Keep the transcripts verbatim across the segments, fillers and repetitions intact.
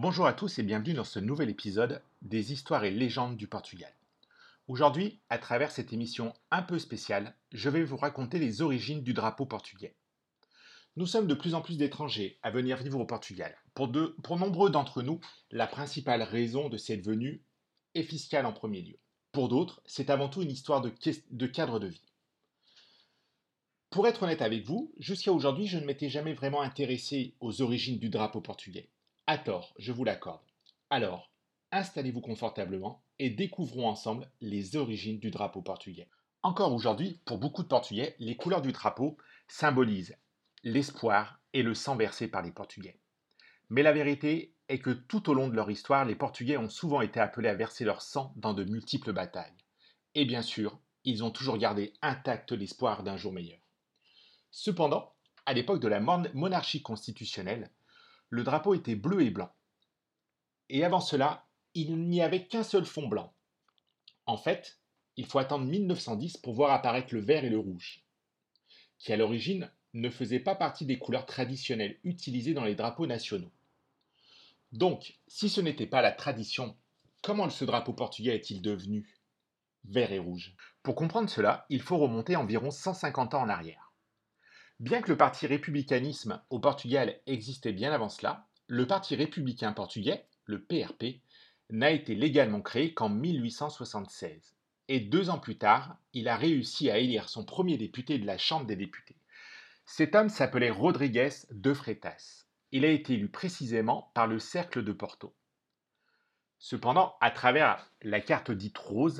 Bonjour à tous et bienvenue dans ce nouvel épisode des histoires et légendes du Portugal. Aujourd'hui, à travers cette émission un peu spéciale, je vais vous raconter les origines du drapeau portugais. Nous sommes de plus en plus d'étrangers à venir vivre au Portugal. Pour, de- pour nombreux d'entre nous, la principale raison de cette venue est fiscale en premier lieu. Pour d'autres, c'est avant tout une histoire de, ques- de cadre de vie. Pour être honnête avec vous, jusqu'à aujourd'hui, je ne m'étais jamais vraiment intéressé aux origines du drapeau portugais. À tort, je vous l'accorde. Alors, installez-vous confortablement et découvrons ensemble les origines du drapeau portugais. Encore aujourd'hui, pour beaucoup de Portugais, les couleurs du drapeau symbolisent l'espoir et le sang versé par les Portugais. Mais la vérité est que tout au long de leur histoire, les Portugais ont souvent été appelés à verser leur sang dans de multiples batailles. Et bien sûr, ils ont toujours gardé intact l'espoir d'un jour meilleur. Cependant, à l'époque de la monarchie constitutionnelle, le drapeau était bleu et blanc. Et avant cela, il n'y avait qu'un seul fond blanc. En fait, il faut attendre mille neuf cent dix pour voir apparaître le vert et le rouge, qui à l'origine ne faisaient pas partie des couleurs traditionnelles utilisées dans les drapeaux nationaux. Donc, si ce n'était pas la tradition, comment ce drapeau portugais est-il devenu vert et rouge? Pour comprendre cela, il faut remonter environ cent cinquante ans en arrière. Bien que le parti républicanisme au Portugal existait bien avant cela, le parti républicain portugais, le P R P, n'a été légalement créé qu'en mille huit cent soixante-seize. Et deux ans plus tard, il a réussi à élire son premier député de la Chambre des députés. Cet homme s'appelait Rodrigues de Freitas. Il a été élu précisément par le Cercle de Porto. Cependant, à travers la carte dite rose,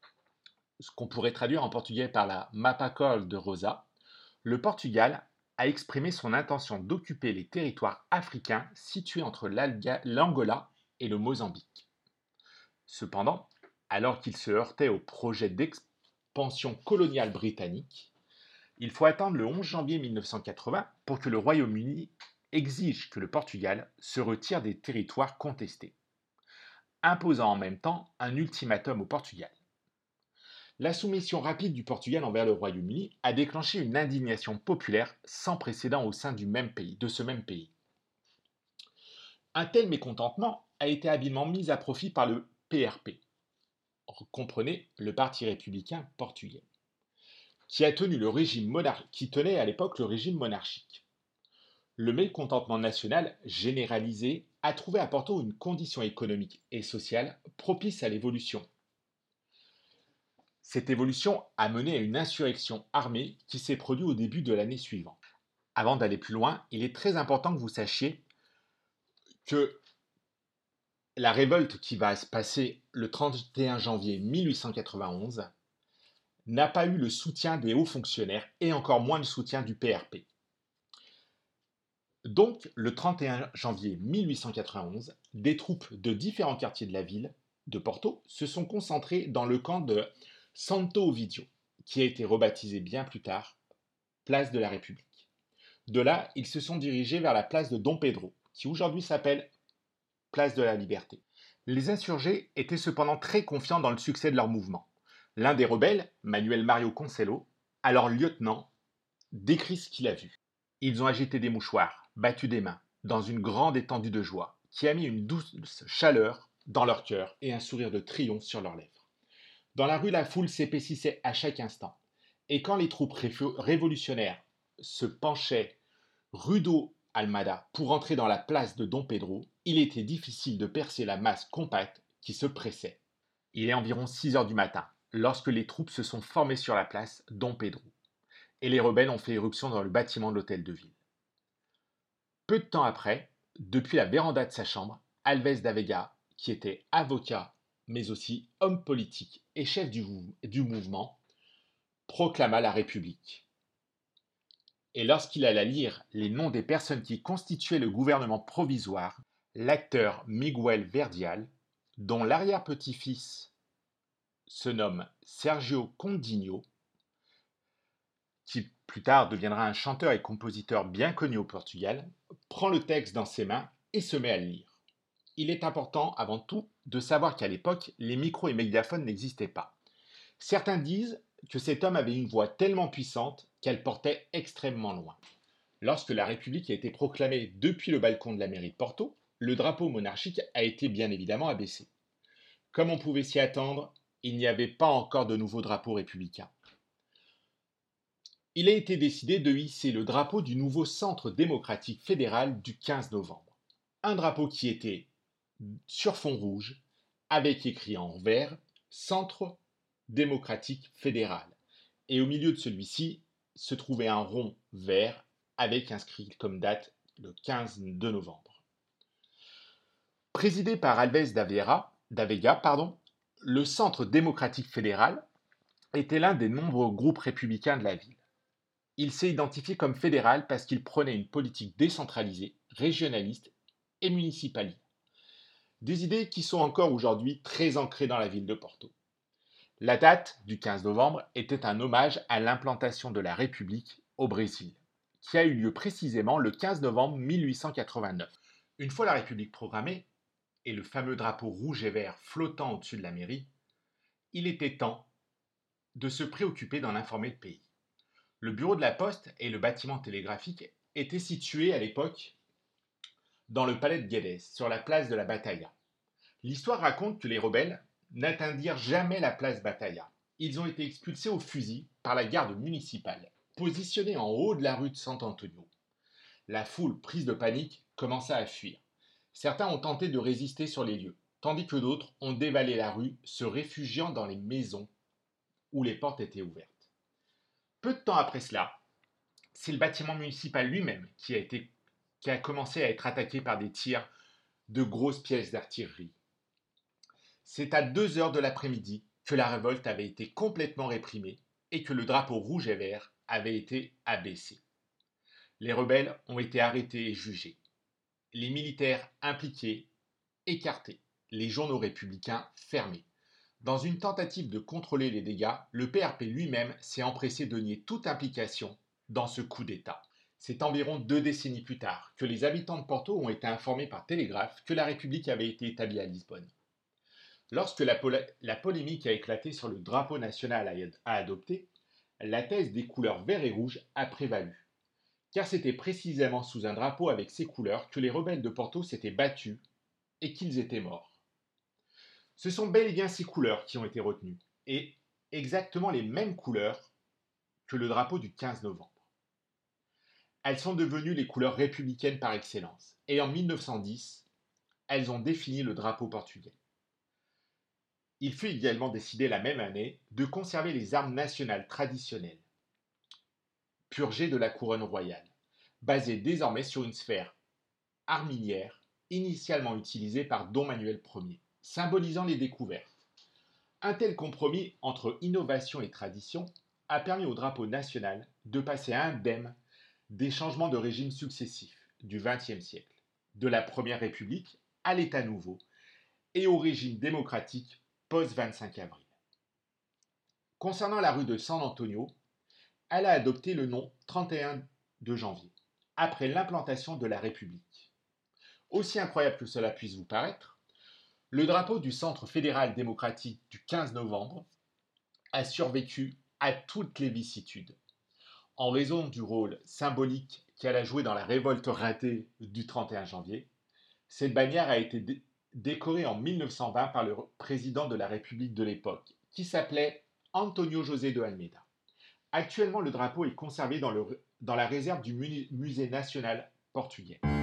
ce qu'on pourrait traduire en portugais par la Mapa Cor de Rosa, le Portugal a exprimé son intention d'occuper les territoires africains situés entre l'Angola et le Mozambique. Cependant, alors qu'il se heurtait au projet d'expansion coloniale britannique, il faut attendre le onze janvier mille neuf cent quatre-vingts pour que le Royaume-Uni exige que le Portugal se retire des territoires contestés, imposant en même temps un ultimatum au Portugal. La soumission rapide du Portugal envers le Royaume-Uni a déclenché une indignation populaire sans précédent au sein du même pays, de ce même pays. Un tel mécontentement a été habilement mis à profit par le P R P, comprenez le Parti républicain portugais, qui, a tenu le régime monar- qui tenait à l'époque le régime monarchique. Le mécontentement national généralisé a trouvé à Porto une condition économique et sociale propice à l'évolution. Cette évolution a mené à une insurrection armée qui s'est produite au début de l'année suivante. Avant d'aller plus loin, il est très important que vous sachiez que la révolte qui va se passer le trente et un janvier mille huit cent quatre-vingt-onze n'a pas eu le soutien des hauts fonctionnaires et encore moins le soutien du P R P. Donc, le trente et un janvier mille huit cent quatre-vingt-onze, des troupes de différents quartiers de la ville de Porto se sont concentrées dans le camp de Santo Ovidio, qui a été rebaptisé bien plus tard Place de la République. De là, ils se sont dirigés vers la place de Dom Pedro, qui aujourd'hui s'appelle Place de la Liberté. Les insurgés étaient cependant très confiants dans le succès de leur mouvement. L'un des rebelles, Manuel Mario Conselho, alors lieutenant, décrit ce qu'il a vu. Ils ont agité des mouchoirs, battu des mains, dans une grande étendue de joie, qui a mis une douce chaleur dans leur cœur et un sourire de triomphe sur leurs lèvres. Dans la rue, la foule s'épaississait à chaque instant, et quand les troupes révolutionnaires se penchaient rue do Almada pour entrer dans la place de Dom Pedro, il était difficile de percer la masse compacte qui se pressait. Il est environ six heures du matin, lorsque les troupes se sont formées sur la place Dom Pedro, et les rebelles ont fait éruption dans le bâtiment de l'hôtel de ville. Peu de temps après, depuis la véranda de sa chambre, Alves da Veiga, qui était avocat, mais aussi homme politique et chef du, du mouvement, proclama la République. Et lorsqu'il alla lire les noms des personnes qui constituaient le gouvernement provisoire, l'acteur Miguel Verdial, dont l'arrière-petit-fils se nomme Sergio Condinho, qui plus tard deviendra un chanteur et compositeur bien connu au Portugal, prend le texte dans ses mains et se met à le lire. Il est important, avant tout, de savoir qu'à l'époque, les micros et mégaphones n'existaient pas. Certains disent que cet homme avait une voix tellement puissante qu'elle portait extrêmement loin. Lorsque la République a été proclamée depuis le balcon de la mairie de Porto, le drapeau monarchique a été bien évidemment abaissé. Comme on pouvait s'y attendre, il n'y avait pas encore de nouveau drapeau républicain. Il a été décidé de hisser le drapeau du nouveau Centre démocratique fédéral du quinze novembre. Un drapeau qui était sur fond rouge, avec écrit en vert Centre démocratique fédéral. Et au milieu de celui-ci se trouvait un rond vert avec inscrit comme date le quinze novembre. Présidé par Alves d'Avera, d'Avega, pardon, le Centre démocratique fédéral était l'un des nombreux groupes républicains de la ville. Il s'est identifié comme fédéral parce qu'il prônait une politique décentralisée, régionaliste et municipaliste. Des idées qui sont encore aujourd'hui très ancrées dans la ville de Porto. La date du quinze novembre était un hommage à l'implantation de la République au Brésil, qui a eu lieu précisément le quinze novembre mille huit cent quatre-vingt-neuf. Une fois la République programmée, et le fameux drapeau rouge et vert flottant au-dessus de la mairie, il était temps de se préoccuper d'en informer le pays. Le bureau de la poste et le bâtiment télégraphique étaient situés à l'époque dans le palais de Guedes, sur la place de la Batailla. L'histoire raconte que les rebelles n'atteigdirent jamais la place Batailla. Ils ont été expulsés au fusil par la garde municipale, positionnée en haut de la rue de Sant'Antonio. La foule, prise de panique, commença à fuir. Certains ont tenté de résister sur les lieux, tandis que d'autres ont dévalé la rue, se réfugiant dans les maisons où les portes étaient ouvertes. Peu de temps après cela, c'est le bâtiment municipal lui-même qui a, été, qui a commencé à être attaqué par des tirs de grosses pièces d'artillerie. C'est à deux heures de l'après-midi que la révolte avait été complètement réprimée et que le drapeau rouge et vert avait été abaissé. Les rebelles ont été arrêtés et jugés. Les militaires impliqués écartés. Les journaux républicains fermés. Dans une tentative de contrôler les dégâts, le P R P lui-même s'est empressé de nier toute implication dans ce coup d'État. C'est environ deux décennies plus tard que les habitants de Porto ont été informés par télégraphe que la République avait été établie à Lisbonne. Lorsque la, pol- la polémique a éclaté sur le drapeau national à, à adopter, la thèse des couleurs vert et rouge a prévalu. Car c'était précisément sous un drapeau avec ces couleurs que les rebelles de Porto s'étaient battus et qu'ils étaient morts. Ce sont bel et bien ces couleurs qui ont été retenues, et exactement les mêmes couleurs que le drapeau du quinze novembre. Elles sont devenues les couleurs républicaines par excellence, et en mille neuf cent dix, elles ont défini le drapeau portugais. Il fut également décidé la même année de conserver les armes nationales traditionnelles, purgées de la couronne royale, basées désormais sur une sphère armilière initialement utilisée par Dom Manuel Ier, symbolisant les découvertes. Un tel compromis entre innovation et tradition a permis au drapeau national de passer indemne des changements de régime successifs du vingtième siècle, de la Première République à l'État nouveau et au régime démocratique post-vingt-cinq avril. Concernant la rue de San Antonio, elle a adopté le nom trente et un de janvier, après l'implantation de la République. Aussi incroyable que cela puisse vous paraître, le drapeau du Centre fédéral démocratique du quinze novembre a survécu à toutes les vicissitudes. En raison du rôle symbolique qu'elle a joué dans la révolte ratée du trente et un janvier, cette bannière a été dé- décorée en mille neuf cent vingt par le président de la République de l'époque, qui s'appelait Antonio José de Almeida. Actuellement, le drapeau est conservé dans, le, dans la réserve du Musée national portugais.